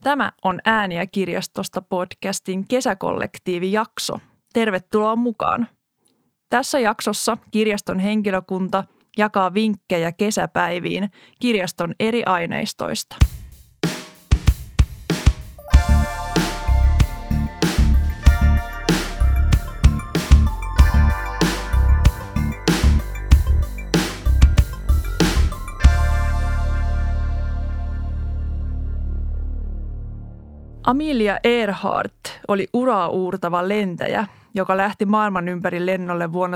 Tämä on Ääniä kirjastosta podcastin kesäkollektiivijakso. Tervetuloa mukaan. Tässä jaksossa kirjaston henkilökunta jakaa vinkkejä kesäpäiviin kirjaston eri aineistoista. Amelia Earhart oli uraa uurtava lentäjä, joka lähti maailman ympäri lennolle vuonna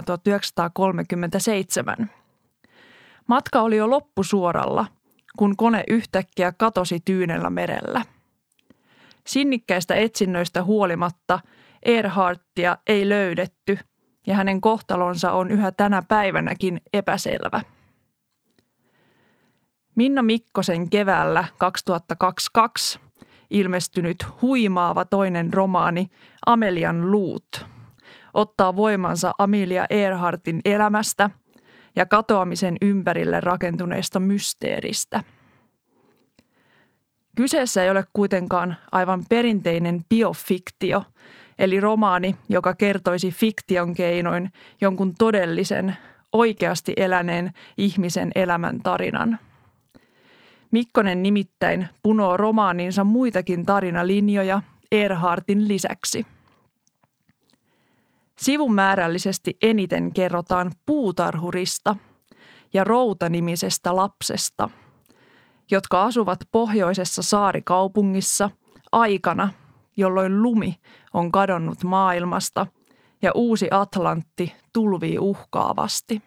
1937. Matka oli jo loppusuoralla, kun kone yhtäkkiä katosi tyynellä merellä. Sinnikkäistä etsinnöistä huolimatta Earhartia ei löydetty ja hänen kohtalonsa on yhä tänä päivänäkin epäselvä. Minna Mikkosen keväällä 2022 ilmestynyt huimaava toinen romaani Amelian luut ottaa voimansa Amelia Earhartin elämästä ja katoamisen ympärille rakentuneesta mysteeristä. Kyseessä ei ole kuitenkaan aivan perinteinen biofiktio, eli romaani, joka kertoisi fiktion keinoin jonkun todellisen, oikeasti eläneen ihmisen elämän tarinan. Mikkonen nimittäin punoo romaaninsa muitakin tarinalinjoja Earhartin lisäksi. Sivumäärällisesti eniten kerrotaan puutarhurista ja Routa-nimisestä lapsesta, jotka asuvat pohjoisessa saarikaupungissa aikana, jolloin lumi on kadonnut maailmasta ja uusi Atlantti tulvii uhkaavasti.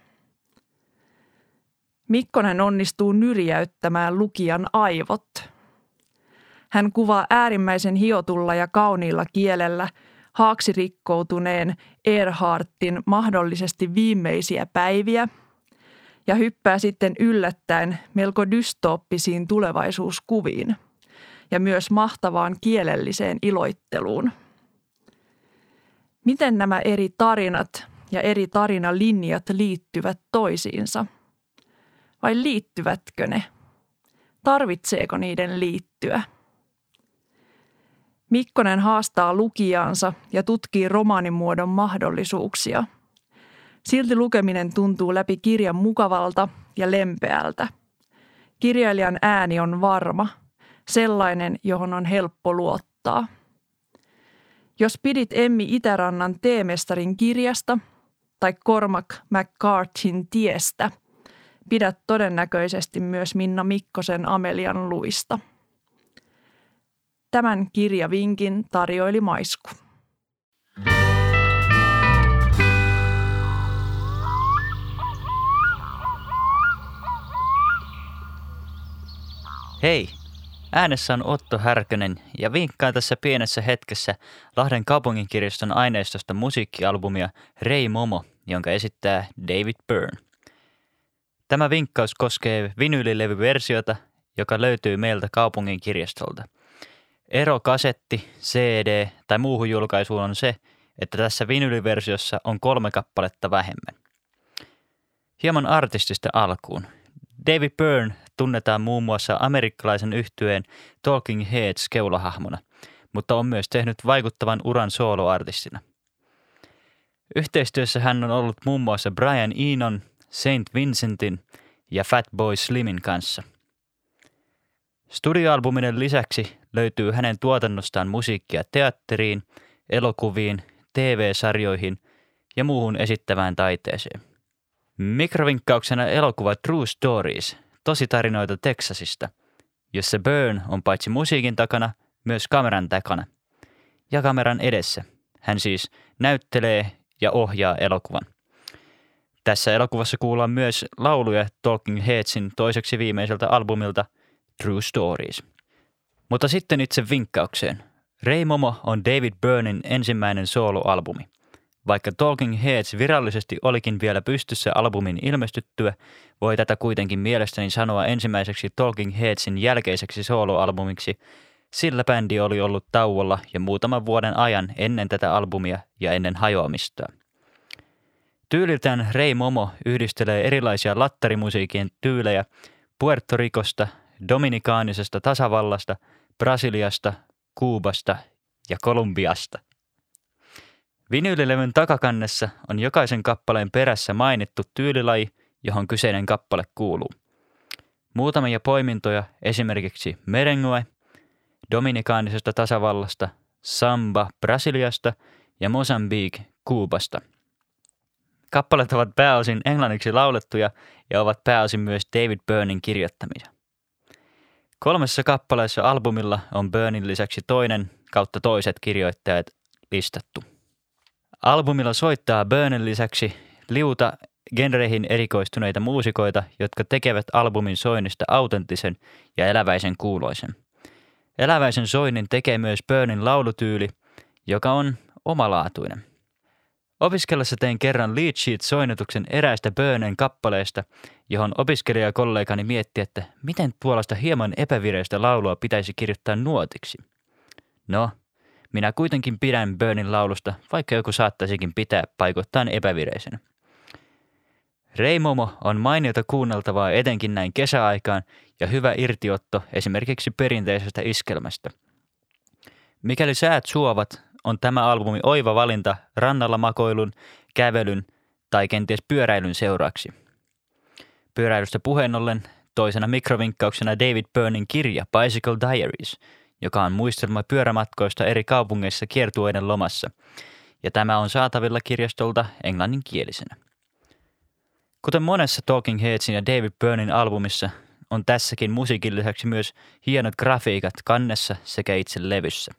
Mikkonen onnistuu nyrjäyttämään lukijan aivot. Hän kuvaa äärimmäisen hiotulla ja kauniilla kielellä haaksirikkoutuneen Earhartin mahdollisesti viimeisiä päiviä ja hyppää sitten yllättäen melko dystooppisiin tulevaisuuskuviin ja myös mahtavaan kielelliseen iloitteluun. Miten nämä eri tarinat ja eri tarinalinjat liittyvät toisiinsa? Vai liittyvätkö ne? Tarvitseeko niiden liittyä? Mikkonen haastaa lukijaansa ja tutkii romaanimuodon mahdollisuuksia. Silti lukeminen tuntuu läpi kirjan mukavalta ja lempeältä. Kirjailijan ääni on varma, sellainen, johon on helppo luottaa. Jos pidit Emmi Itärannan Teemestarin kirjasta tai Cormac McCarthyn Tiestä, pidät todennäköisesti myös Minna Mikkosen Amelian luista. Tämän kirjavinkin tarjoili Maisku. Hei! Äänessä on Otto Härkönen ja vinkkaan tässä pienessä hetkessä Lahden kaupunginkirjaston aineistosta musiikkialbumia Rei Momo, jonka esittää David Byrne. Tämä vinkkaus koskee vinyylilevyversiota, joka löytyy meiltä kaupungin kirjastolta. Ero kasetti, CD tai muuhun julkaisuun on se, että tässä vinyyliversiossa on 3 kappaletta vähemmän. Hieman artistista alkuun. David Byrne tunnetaan muun muassa amerikkalaisen yhtyeen Talking Heads keulahahmona, mutta on myös tehnyt vaikuttavan uran soloartistina. Yhteistyössä hän on ollut muun muassa Brian Enon, Saint Vincentin ja Fatboy Slimin kanssa. Studioalbuminen lisäksi löytyy hänen tuotannostaan musiikkia teatteriin, elokuviin, TV-sarjoihin ja muuhun esittävään taiteeseen. Mikrovinkkauksena elokuva True Stories, tositarinoita Teksasista, jossa Byrne on paitsi musiikin takana, myös kameran takana ja kameran edessä. Hän siis näyttelee ja ohjaa elokuvan. Tässä elokuvassa kuullaan myös lauluja Talking Headsin toiseksi viimeiseltä albumilta True Stories. Mutta sitten itse vinkkaukseen. Rei Momo on David Byrnen ensimmäinen soloalbumi. Vaikka Talking Heads virallisesti olikin vielä pystyssä albumin ilmestyttyä, voi tätä kuitenkin mielestäni sanoa ensimmäiseksi Talking Headsin jälkeiseksi soloalbumiksi, sillä bändi oli ollut tauolla jo muutaman vuoden ajan ennen tätä albumia ja ennen hajoamistaan. Tyyliltään Rei Momo yhdistelee erilaisia lattarimusiikin tyylejä Puerto Ricosta, Dominikaanisesta tasavallasta, Brasiliasta, Kuubasta ja Kolumbiasta. Vinyylilevyn takakannessa on jokaisen kappaleen perässä mainittu tyylilaji, johon kyseinen kappale kuuluu. Muutamia poimintoja esimerkiksi merengue Dominikaanisesta tasavallasta, samba Brasiliasta ja Mozambique Kuubasta. Kappaleet ovat pääosin englanniksi laulettuja ja ovat pääosin myös David Byrnen kirjoittamia. 3 kappaleessa albumilla on Byrnen lisäksi toiset kirjoittajat listattu. Albumilla soittaa Byrnen lisäksi liuta genreihin erikoistuneita muusikoita, jotka tekevät albumin soinnista autenttisen ja eläväisen kuuloisen. Eläväisen soinnin tekee myös Byrnen laulutyyli, joka on omalaatuinen. Opiskellessa tein kerran lead sheet-soinnutuksen eräästä Byrnen kappaleesta, johon opiskelijakollegani mietti, että miten tuollaista hieman epävireistä laulua pitäisi kirjoittaa nuotiksi. No, minä kuitenkin pidän Byrnen laulusta, vaikka joku saattaisikin pitää paikoittain epävireisenä. Rei Momo on mainiota kuunneltavaa etenkin näin kesäaikaan ja hyvä irtiotto esimerkiksi perinteisestä iskelmästä. Mikäli säät suovat, on tämä albumi oiva valinta rannalla makoilun, kävelyn tai kenties pyöräilyn seuraksi. Pyöräilystä puheen ollen toisena mikrovinkkauksena David Byrnen kirja Bicycle Diaries, joka on muistelma pyörämatkoista eri kaupungeissa kiertueiden lomassa, ja tämä on saatavilla kirjastolta englanninkielisenä. Kuten monessa Talking Headsin ja David Byrnen albumissa, on tässäkin musiikin lisäksi myös hienot grafiikat kannessa sekä itse levyssä.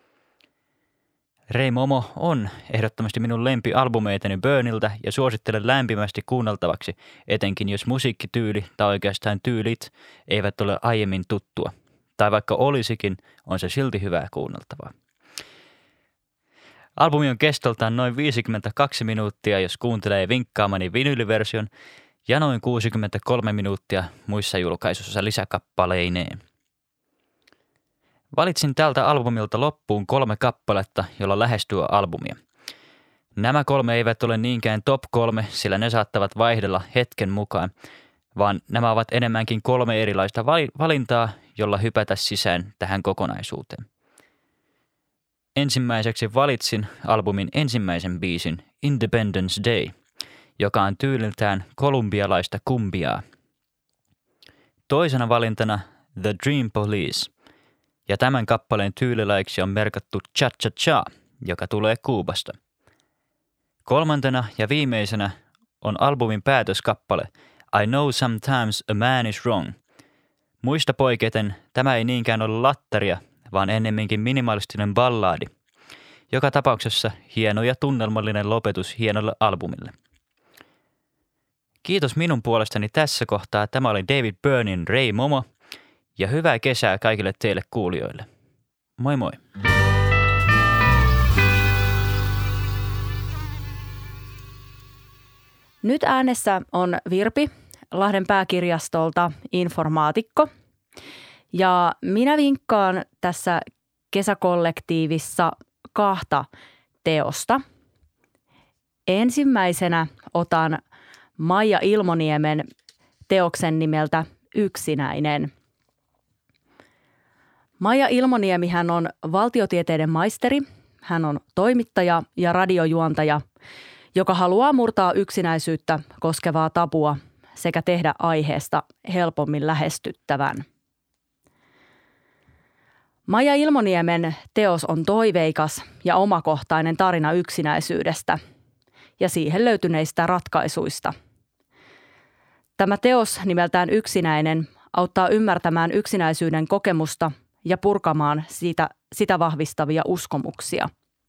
Rei Momo on ehdottomasti minun lempialbumeitani Byrniltä ja suosittelen lämpimästi kuunneltavaksi, etenkin jos musiikkityyli tai oikeastaan tyylit eivät ole aiemmin tuttua. Tai vaikka olisikin, on se silti hyvää kuunneltavaa. Albumi on kestoltaan noin 52 minuuttia, jos kuuntelee vinkkaamani vinyliversion, ja noin 63 minuuttia muissa julkaisuissa lisäkappaleineen. Valitsin tältä albumilta loppuun 3 kappaletta, jolla lähestyy albumia. Nämä 3 eivät ole niinkään top 3, sillä ne saattavat vaihdella hetken mukaan, vaan nämä ovat enemmänkin 3 erilaista valintaa, jolla hypätä sisään tähän kokonaisuuteen. Ensimmäiseksi valitsin albumin ensimmäisen biisin Independence Day, joka on tyyliltään kolumbialaista kumbiaa. Toisena valintana The Dream Police, ja tämän kappaleen tyylilajiksi on merkattu Cha Cha Cha, joka tulee Kuubasta. Kolmantena ja viimeisenä on albumin päätöskappale I Know Sometimes a Man is Wrong. Muista poiketen tämä ei niinkään ole lattaria, vaan ennemminkin minimalistinen ballaadi. Joka tapauksessa hieno ja tunnelmallinen lopetus hienolle albumille. Kiitos minun puolestani tässä kohtaa. Tämä oli David Byrnen Rei Momo ja hyvää kesää kaikille teille kuulijoille. Moi moi! Nyt äänessä on Virpi Lahden pääkirjastolta informaatikko. Ja minä vinkkaan tässä kesäkollektiivissa 2 teosta. Ensimmäisenä otan Maija Ilmoniemen teoksen nimeltä Yksinäinen. Maija Ilmoniemi hän on valtiotieteiden maisteri, hän on toimittaja ja radiojuontaja, joka haluaa murtaa yksinäisyyttä koskevaa tabua sekä tehdä aiheesta helpommin lähestyttävän. Maija Ilmoniemen teos on toiveikas ja omakohtainen tarina yksinäisyydestä ja siihen löytyneistä ratkaisuista. Tämä teos nimeltään Yksinäinen auttaa ymmärtämään yksinäisyyden kokemusta ja purkamaan sitä vahvistavia uskomuksia.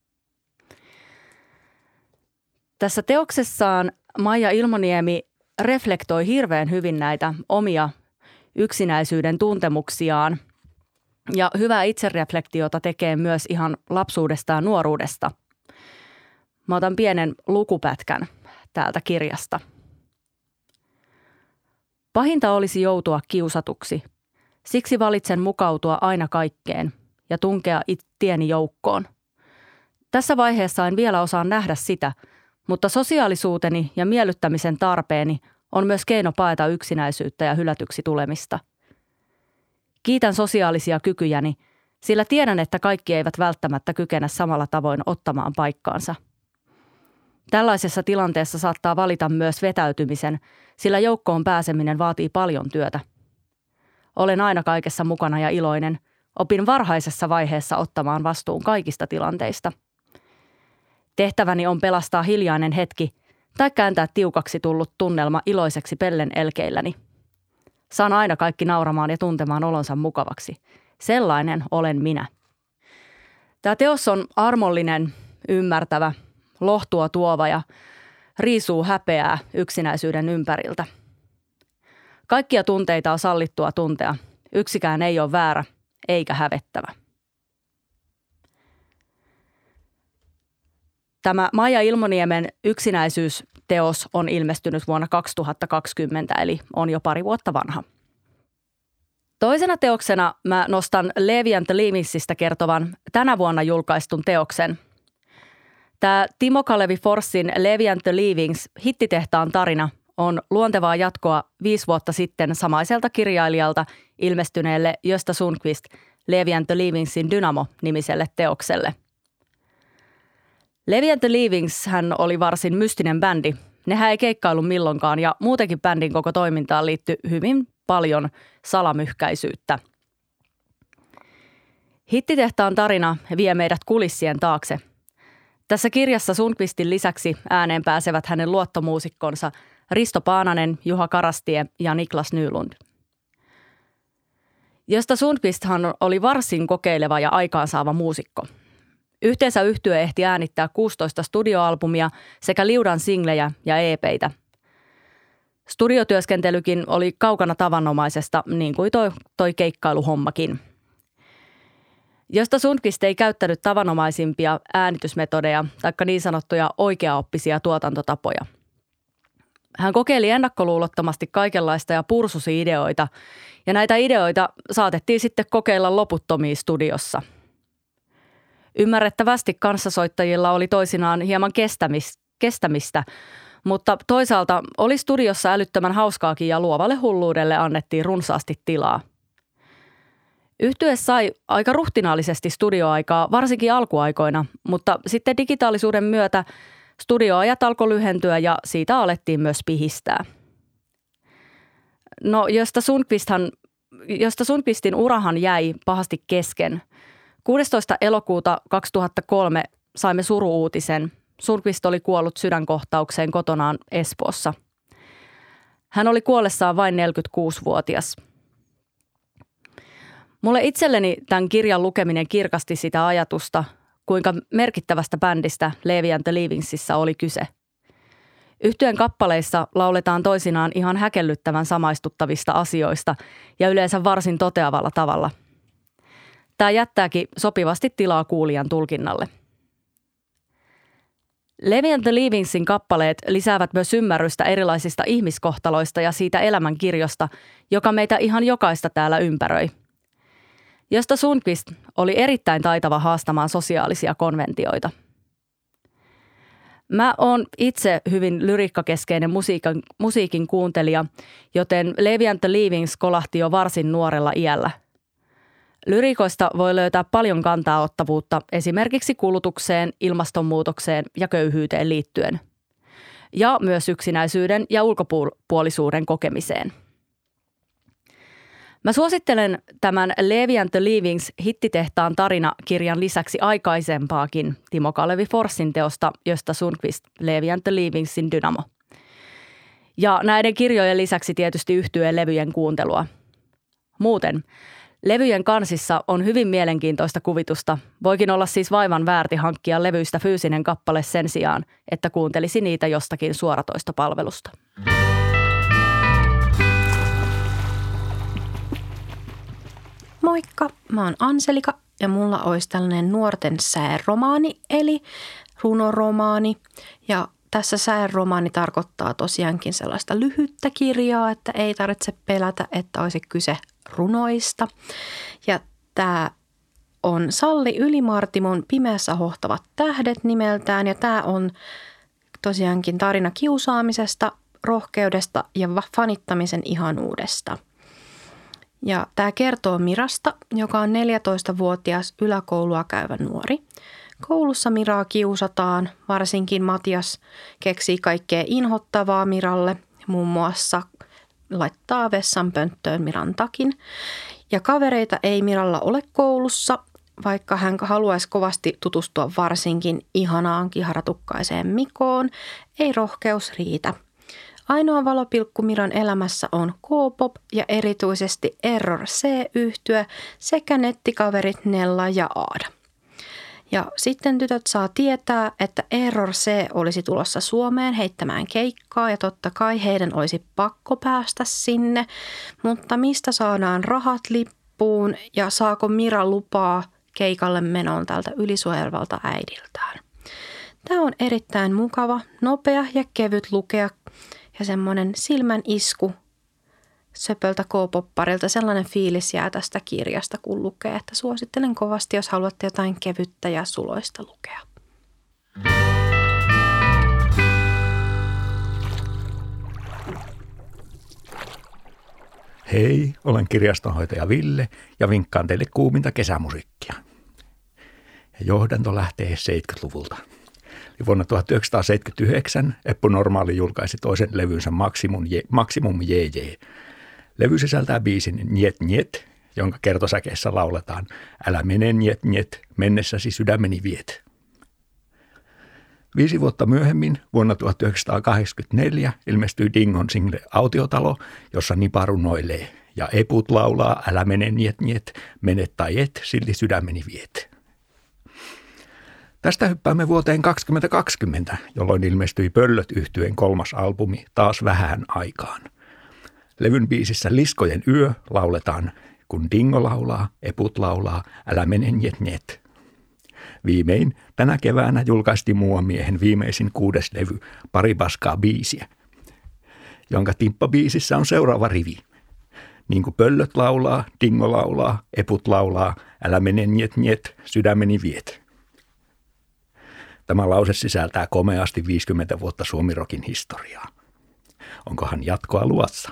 Tässä teoksessaan Maija Ilmoniemi reflektoi hirveän hyvin näitä omia yksinäisyyden tuntemuksiaan ja hyvää itsereflektiota tekee myös ihan lapsuudesta ja nuoruudesta. Mä otan pienen lukupätkän täältä kirjasta. Pahinta olisi joutua kiusatuksi. Siksi valitsen mukautua aina kaikkeen ja tunkea tieni joukkoon. Tässä vaiheessa en vielä osaa nähdä sitä, mutta sosiaalisuuteni ja miellyttämisen tarpeeni on myös keino paeta yksinäisyyttä ja hylätyksi tulemista. Kiitän sosiaalisia kykyjäni, sillä tiedän, että kaikki eivät välttämättä kykene samalla tavoin ottamaan paikkaansa. Tällaisessa tilanteessa saattaa valita myös vetäytymisen, sillä joukkoon pääseminen vaatii paljon työtä. Olen aina kaikessa mukana ja iloinen. Opin varhaisessa vaiheessa ottamaan vastuun kaikista tilanteista. Tehtäväni on pelastaa hiljainen hetki tai kääntää tiukaksi tullut tunnelma iloiseksi pellen elkeilläni. Saan aina kaikki nauramaan ja tuntemaan olonsa mukavaksi. Sellainen olen minä. Tämä teos on armollinen, ymmärtävä, lohtua tuova ja riisuu häpeää yksinäisyyden ympäriltä. Kaikkia tunteita on sallittua tuntea. Yksikään ei ole väärä eikä hävettävä. Tämä Maija Ilmoniemen yksinäisyysteos on ilmestynyt vuonna 2020, eli on jo pari vuotta vanha. Toisena teoksena mä nostan Levi and the Leavingsista kertovan tänä vuonna julkaistun teoksen. Tämä Timo Kalevi Forssin Levi and the Leavings hittitehtaan tarina on luontevaa jatkoa 5 vuotta sitten samaiselta kirjailijalta ilmestyneelle Gösta Sundqvist Levi and the Leavingsin Dynamo-nimiselle teokselle. Levi and the Leavings hän oli varsin mystinen bändi. Nehän ei keikkailu milloinkaan ja muutenkin bändin koko toimintaan liittyi hyvin paljon salamyhkäisyyttä. Hittitehtaan tarina vie meidät kulissien taakse. Tässä kirjassa Sundqvistin lisäksi ääneen pääsevät hänen luottomuusikkonsa Risto Paananen, Juha Karastie ja Niklas Nylund. Gösta Sundqvisthan oli varsin kokeileva ja aikaansaava muusikko. Yhteensä yhtye ehti äänittää 16 studioalbumia sekä liudan singlejä ja EP:itä. Studiotyöskentelykin oli kaukana tavanomaisesta, niin kuin toi keikkailuhommakin. Gösta Sundqvist ei käyttänyt tavanomaisimpia äänitysmetodeja tai niin sanottuja oikeaoppisia tuotantotapoja. Hän kokeili ennakkoluulottomasti kaikenlaista ja pursusi ideoita, ja näitä ideoita saatettiin sitten kokeilla loputtomiin studiossa. Ymmärrettävästi kanssasoittajilla oli toisinaan hieman kestämistä, mutta toisaalta oli studiossa älyttömän hauskaakin ja luovalle hulluudelle annettiin runsaasti tilaa. Yhtye sai aika ruhtinaallisesti studioaikaa, varsinkin alkuaikoina, mutta sitten digitaalisuuden myötä studioajat alkoi lyhentyä ja siitä alettiin myös pihistää. No, Gösta Sundqvistin urahan jäi pahasti kesken. 16. elokuuta 2003 saimme suru-uutisen. Sundqvist oli kuollut sydänkohtaukseen kotonaan Espoossa. Hän oli kuollessaan vain 46-vuotias. Mulle itselleni tämän kirjan lukeminen kirkasti sitä ajatusta, kuinka merkittävästä bändistä Levi and the Leavingsissä oli kyse. Yhtyeen kappaleissa lauletaan toisinaan ihan häkellyttävän samaistuttavista asioista ja yleensä varsin toteavalla tavalla. Tämä jättääkin sopivasti tilaa kuulijan tulkinnalle. Levi and the Leavingsin kappaleet lisäävät myös ymmärrystä erilaisista ihmiskohtaloista ja siitä elämänkirjosta, joka meitä ihan jokaista täällä ympäröi. Gösta Sundqvist oli erittäin taitava haastamaan sosiaalisia konventioita. Mä oon itse hyvin lyriikkakeskeinen musiikin kuuntelija, joten Levi and the Leavings kolahti jo varsin nuorella iällä. Lyriikoista voi löytää paljon kantaa ottavuutta esimerkiksi kulutukseen, ilmastonmuutokseen ja köyhyyteen liittyen. Ja myös yksinäisyyden ja ulkopuolisuuden kokemiseen. Mä suosittelen tämän Levi and the Leavings hittitehtaan tarina-kirjan lisäksi aikaisempaakin Timo Kalevi Forssin teosta Gösta Sundqvist Levi and the Leavingsin Dynamo. Ja näiden kirjojen lisäksi tietysti yhtyeen levyjen kuuntelua. Muuten, levyjen kansissa on hyvin mielenkiintoista kuvitusta. Voikin olla siis vaivan väärti hankkia levyistä fyysinen kappale sen sijaan, että kuuntelisi niitä jostakin suoratoistopalvelusta. Moikka, mä oon Anselika ja mulla olisi tällainen nuorten sääromaani eli runoromaani. Ja tässä sääromaani tarkoittaa tosiaankin sellaista lyhyttä kirjaa, että ei tarvitse pelätä, että olisi kyse runoista. Ja tämä on Salli Ylimartimon Pimeässä hohtavat tähdet nimeltään ja tämä on tosiaankin tarina kiusaamisesta, rohkeudesta ja fanittamisen ihanuudesta. Ja tämä kertoo Mirasta, joka on 14-vuotias yläkoulua käyvä nuori. Koulussa Miraa kiusataan, varsinkin Matias keksii kaikkea inhottavaa Miralle, muun muassa laittaa vessanpönttöön Miran takin. Ja kavereita ei Miralla ole koulussa, vaikka hän haluaisi kovasti tutustua varsinkin ihanaan kiharatukkaiseen Mikoon, ei rohkeus riitä. Ainoa valopilkku Miran elämässä on K-pop ja erityisesti Error C-yhtye sekä nettikaverit Nella ja Aada. Ja sitten tytöt saa tietää, että Error C olisi tulossa Suomeen heittämään keikkaa ja totta kai heidän olisi pakko päästä sinne, mutta mistä saadaan rahat lippuun ja saako Mira lupaa keikalle menoon tältä ylisuojelvalta äidiltään. Tämä on erittäin mukava, nopea ja kevyt lukea ja semmoinen silmän isku söpöltä K-popparilta. Sellainen fiilis jää tästä kirjasta, kun lukee, että suosittelen kovasti, jos haluatte jotain kevyttä ja suloista lukea. Hei, olen kirjastonhoitaja Ville ja vinkkaan teille kuuminta kesämusiikkia. Ja johdanto lähtee 70-luvulta. Vuonna 1979 Eppu Normaali julkaisi toisen levynsä Maximum JJ. Levy sisältää biisin Njet Njet, jonka kertosäkeessä lauletaan Älä mene Njet Njet, mennessäsi sydämeni viet. 5 vuotta myöhemmin, vuonna 1984, ilmestyi Dingon single Autiotalo, jossa Nipa runoilee ja Eput laulaa Älä mene Njet Njet, mene tai et, silti sydämeni viet. Tästä hyppäämme vuoteen 2020, jolloin ilmestyi Pöllöt-yhtyeen 3. albumi Taas vähään aikaan. Levyn biisissä Liskojen yö lauletaan, kun Dingo laulaa, Eput laulaa, älä mene njet njet. Viimein tänä keväänä julkaistiin muuan miehen viimeisin 6. levy Pari paskaa biisiä, jonka timppabiisissä on seuraava rivi. Niin kuin pöllöt laulaa, Dingo laulaa, Eput laulaa, älä mene njet njet, sydämeni viet. Tämä lause sisältää komeasti 50 vuotta suomirokin historiaa. Onkohan jatkoa luossa?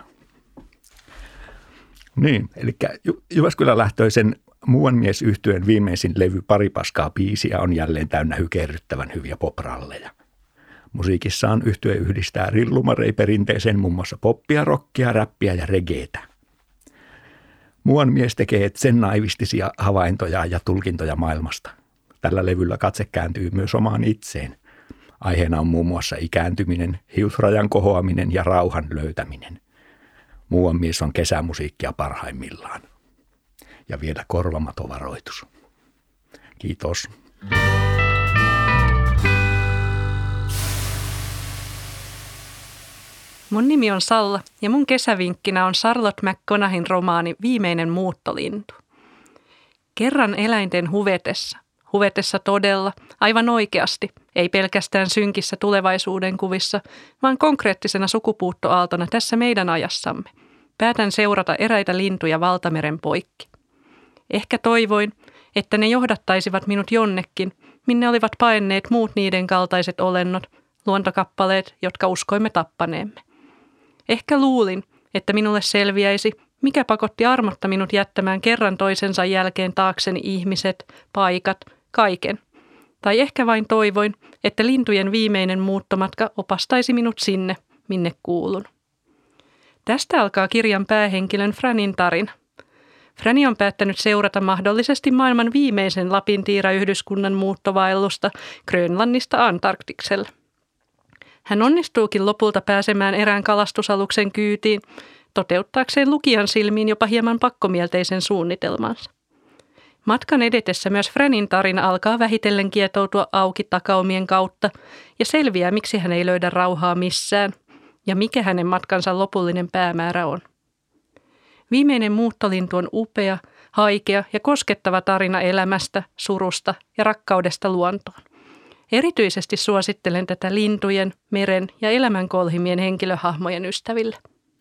Niin, eli Jyväskylän-lähtöisen muuan mies-yhtyeen viimeisin levy Pari paskaa biisiä on jälleen täynnä hykerryttävän hyviä popralleja. Musiikissaan yhtye yhdistää rillumarei perinteeseen muun muassa poppia, rockia, räppiä ja regeetä. Muuan mies tekee sen naivistisia havaintoja ja tulkintoja maailmasta. Tällä levyllä katse kääntyy myös omaan itseen. Aiheena on muun muassa ikääntyminen, hiusrajan kohoaminen ja rauhan löytäminen. Muuan mies on kesämusiikkia parhaimmillaan. Ja vielä korvamaton varoitus. Kiitos. Mun nimi on Salla ja mun kesävinkkinä on Charlotte McConaghin romaani Viimeinen muuttolintu. Kerran eläinten huvetessa. Huvetessa todella, aivan oikeasti, ei pelkästään synkissä tulevaisuuden kuvissa, vaan konkreettisena sukupuuttoaaltona tässä meidän ajassamme. Päätän seurata eräitä lintuja valtameren poikki. Ehkä toivoin, että ne johdattaisivat minut jonnekin, minne olivat paenneet muut niiden kaltaiset olennot, luontokappaleet, jotka uskoimme tappaneemme. Ehkä luulin, että minulle selviäisi, mikä pakotti armotta minut jättämään kerran toisensa jälkeen taakseni ihmiset, paikat, kaiken. Tai ehkä vain toivoin, että lintujen viimeinen muuttomatka opastaisi minut sinne, minne kuulun. Tästä alkaa kirjan päähenkilön Franin tarina. Frani on päättänyt seurata mahdollisesti maailman viimeisen Lapintiira-yhdyskunnan muuttovaellusta Grönlannista Antarktikselle. Hän onnistuukin lopulta pääsemään erään kalastusaluksen kyytiin, toteuttaakseen lukijan silmiin jopa hieman pakkomielteisen suunnitelmansa. Matkan edetessä myös Franin tarina alkaa vähitellen kietoutua auki takaumien kautta ja selviää, miksi hän ei löydä rauhaa missään ja mikä hänen matkansa lopullinen päämäärä on. Viimeinen muuttolintu on upea, haikea ja koskettava tarina elämästä, surusta ja rakkaudesta luontoon. Erityisesti suosittelen tätä lintujen, meren ja elämän kolhimien henkilöhahmojen ystäville.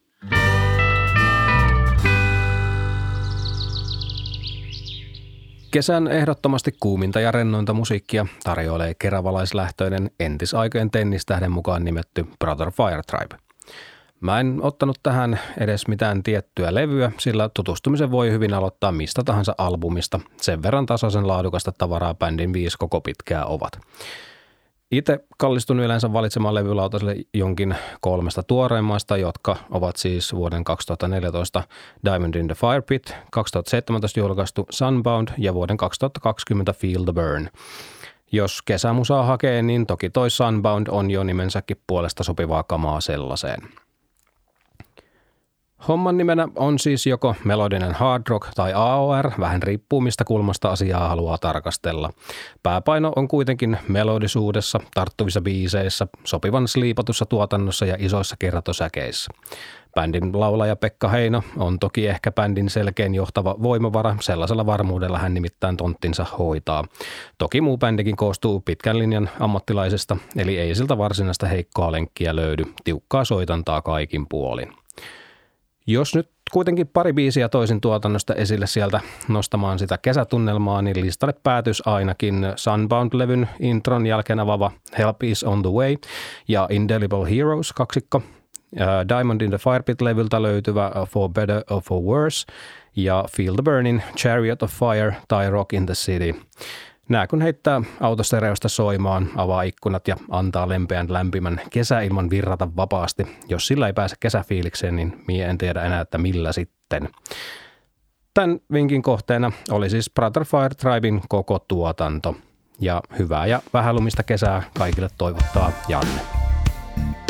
Kesän ehdottomasti kuuminta ja rennointa musiikkia tarjoilee keravalaislähtöinen entisaikojen tennistähden mukaan nimetty Brother Fire Tribe. Mä en ottanut tähän edes mitään tiettyä levyä, sillä tutustumisen voi hyvin aloittaa mistä tahansa albumista. Sen verran tasaisen laadukasta tavaraa bändin 5 koko pitkää ovat. Itse kallistun yleensä valitsemaan levylautaselle jonkin 3 tuoreimmasta, jotka ovat siis vuoden 2014 Diamond in the Fire Pit, 2017 julkaistu Sunbound ja vuoden 2020 Feel the Burn. Jos kesämusaa hakee, niin toki toi Sunbound on jo nimensäkin puolesta sopivaa kamaa sellaiseen. Homman nimenä on siis joko melodinen hard rock tai AOR, vähän riippuu mistä kulmasta asiaa haluaa tarkastella. Pääpaino on kuitenkin melodisuudessa, tarttuvissa biiseissä, sopivan sliipatussa tuotannossa ja isoissa kertosäkeissä. Bändin laulaja Pekka Heino on toki ehkä bändin selkein johtava voimavara, sellaisella varmuudella hän nimittäin tonttinsa hoitaa. Toki muu bändikin koostuu pitkän linjan ammattilaisesta, eli ei siltä varsinaista heikkoa lenkkiä löydy, tiukkaa soitantaa kaikin puolin. Jos nyt kuitenkin pari biisiä toisin tuotannosta esille sieltä nostamaan sitä kesätunnelmaa, niin listalle päätys ainakin Sunbound-levyn intron jälkeen avaava Help is on the way ja Indelible Heroes -kaksikko, Diamond in the Fire Pit-levyltä löytyvä For Better or For Worse ja Feel the Burnin Chariot of Fire tai Rock in the City. Nämä kun heittää autostereosta soimaan, avaa ikkunat ja antaa lempeän lämpimän kesäilman virrata vapaasti. Jos sillä ei pääse kesäfiilikseen, niin mie en tiedä enää, että millä sitten. Tämän vinkin kohteena oli siis Brother Fire Triben koko tuotanto. Ja hyvää ja vähälumista kesää kaikille toivottaa Janne.